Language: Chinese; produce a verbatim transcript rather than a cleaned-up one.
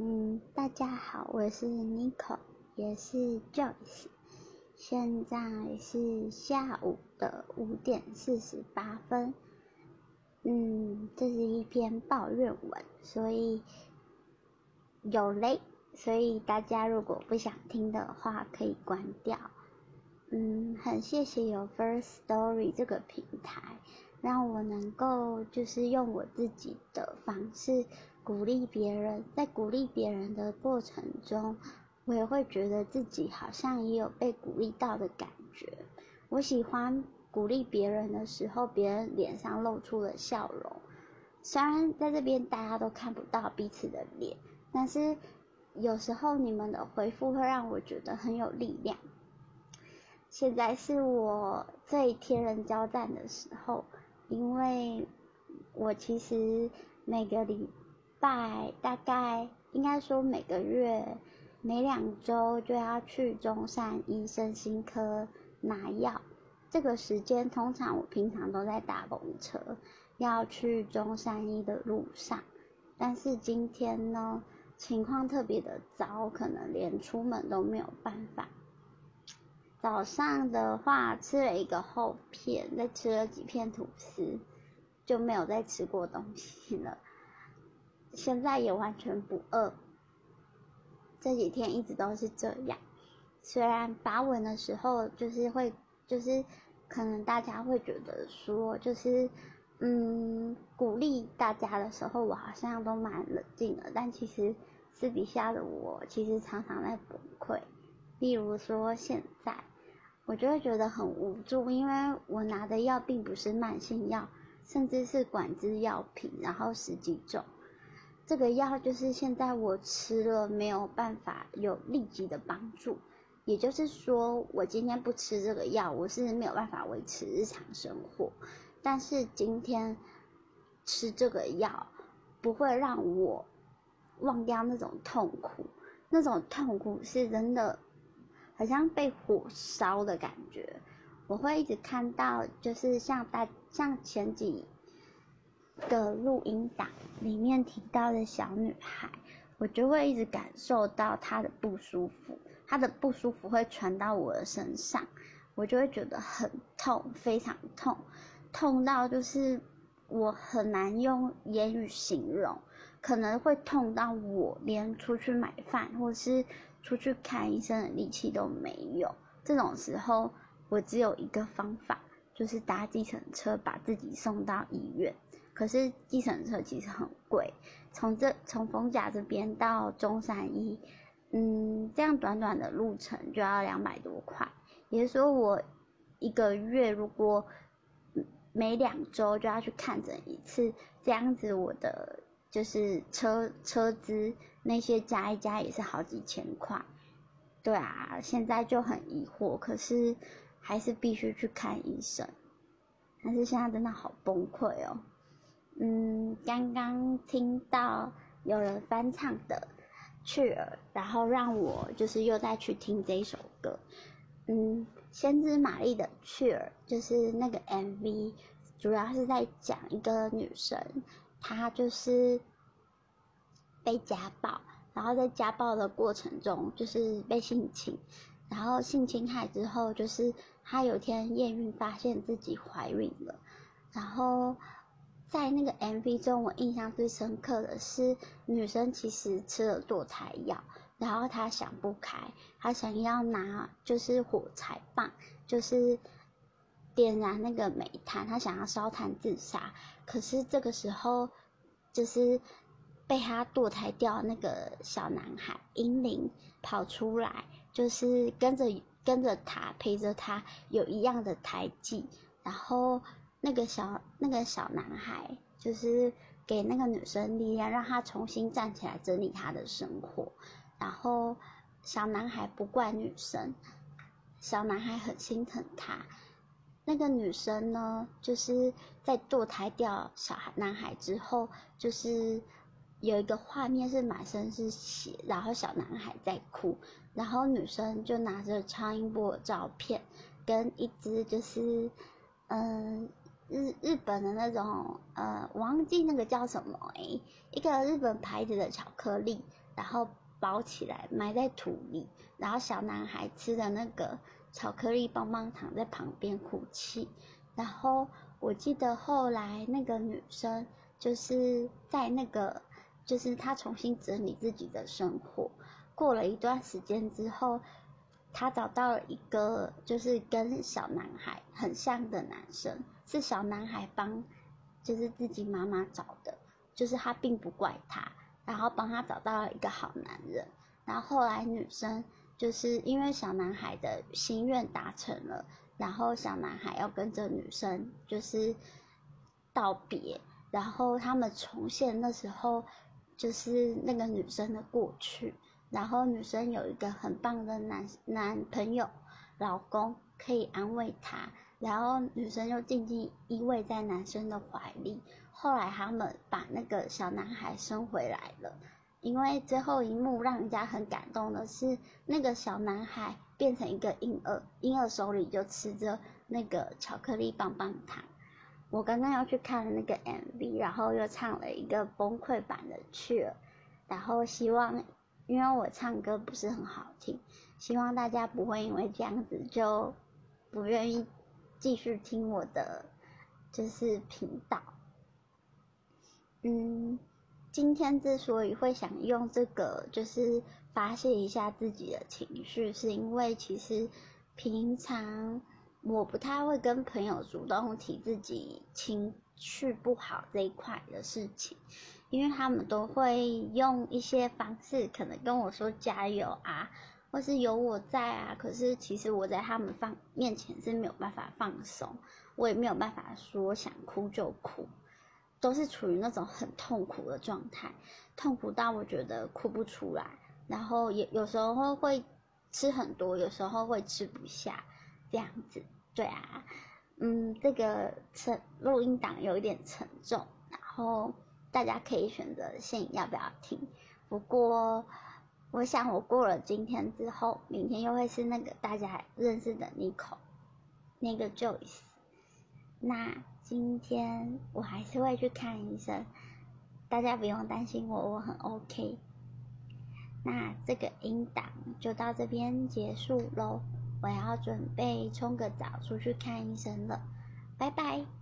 嗯，大家好，我是 Nico， 也是 Joyce， 现在是下午的五点四十八分。嗯，这是一篇抱怨文，所以有雷，所以大家如果不想听的话，可以关掉。嗯，很谢谢有 Firstory 这个平台，让我能够就是用我自己的方式鼓励别人，在鼓励别人的过程中，我也会觉得自己好像也有被鼓励到的感觉。我喜欢鼓励别人的时候，别人脸上露出了笑容。虽然在这边大家都看不到彼此的脸，但是有时候你们的回复会让我觉得很有力量。现在是我最天人交战的时候，因为我其实每个礼拜大概应该说每个月每两周就要去中山医身心科拿药。这个时间通常我平常都在搭公车要去中山医的路上，但是今天呢情况特别的糟，可能连出门都没有办法。早上的话吃了一个厚片，再吃了几片吐司，就没有再吃过东西了。现在也完全不饿，这几天一直都是这样。虽然发文的时候就是会就是可能大家会觉得说就是嗯鼓励大家的时候我好像都蛮冷静的，但其实私底下的我其实常常在崩溃。例如说现在我就会觉得很无助，因为我拿的药并不是慢性药，甚至是管制药品，然后十几种。这个药就是现在我吃了没有办法有立即的帮助，也就是说我今天不吃这个药，我是没有办法维持日常生活。但是今天吃这个药不会让我忘掉那种痛苦，那种痛苦是真的好像被火烧的感觉。我会一直看到就是像大像前几个录音档里面提到的小女孩，我就会一直感受到她的不舒服，她的不舒服会传到我的身上，我就会觉得很痛，非常痛，痛到就是我很难用言语形容，可能会痛到我连出去买饭或是出去看医生的力气都没有。这种时候我只有一个方法，就是搭计程车把自己送到医院。可是计程车其实很贵，从这从逢甲这边到中山医，嗯，这样短短的路程就要两百多块。也就是说，我一个月如果每两周就要去看诊一次，这样子我的就是车车资那些加一加也是好几千块。对啊，现在就很疑惑，可是还是必须去看医生。但是现在真的好崩溃哦。嗯，刚刚听到有人翻唱的《雀儿》，然后让我就是又再去听这一首歌。嗯，先知玛丽的《雀儿》就是那个 M V， 主要是在讲一个女生，她就是被家暴，然后在家暴的过程中就是被性侵，然后性侵害之后，就是她有天验孕发现自己怀孕了，然后在那个 M V 中，我印象最深刻的是女生其实吃了堕胎药，然后她想不开，她想要拿就是火柴棒，就是点燃那个煤炭，她想要烧炭自杀。可是这个时候就是被她堕胎掉那个小男孩英灵跑出来，就是跟着跟着她陪着她有一样的胎记，然后那个小那个小男孩就是给那个女生力量，让她重新站起来整理她的生活。然后小男孩不怪女生，小男孩很心疼她。那个女生呢，就是在堕胎掉小孩男孩之后，就是有一个画面是满身是血，然后小男孩在哭，然后女生就拿着超音波的照片跟一只就是嗯、呃日日本的那种呃，我忘记那个叫什么诶、欸，一个日本牌子的巧克力， 然后包起来埋在土里，然后小男孩吃的那个巧克力棒棒糖在旁边哭泣。然后我记得后来那个女生就是在那个就是她重新整理自己的生活，过了一段时间之后，她找到了一个就是跟小男孩很像的男生，是小男孩帮就是自己妈妈找的，就是他并不怪他，然后帮他找到了一个好男人。然后后来女生就是因为小男孩的心愿达成了，然后小男孩要跟着女生就是道别，然后他们重现那时候就是那个女生的过去，然后女生有一个很棒的男男朋友老公可以安慰她，然后女生就静静依偎在男生的怀里。后来他们把那个小男孩生回来了，因为最后一幕让人家很感动的是，那个小男孩变成一个婴儿，婴儿手里就吃着那个巧克力棒棒糖。我刚刚要去看了那个 M V， 然后又唱了一个崩溃版的去了，然后希望，因为我唱歌不是很好听，希望大家不会因为这样子就不愿意继续听我的就是频道。嗯，今天之所以会想用这个就是发泄一下自己的情绪，是因为其实平常我不太会跟朋友主动提自己情绪不好这一块的事情，因为他们都会用一些方式可能跟我说加油啊，或是有我在啊，可是其实我在他们放面前是没有办法放松，我也没有办法说想哭就哭，都是处于那种很痛苦的状态，痛苦到我觉得哭不出来，然后也有时候会吃很多，有时候会吃不下，这样子。对啊，嗯，这个沉录音档有一点沉重，然后大家可以选择信要不要听。不过我想我过了今天之后，明天又会是那个大家认识的 Nico， 那个 Joyce。那今天我还是会去看医生，大家不用担心我，我很 OK。那这个音档就到这边结束咯，我要准备冲个澡出去看医生了，拜拜。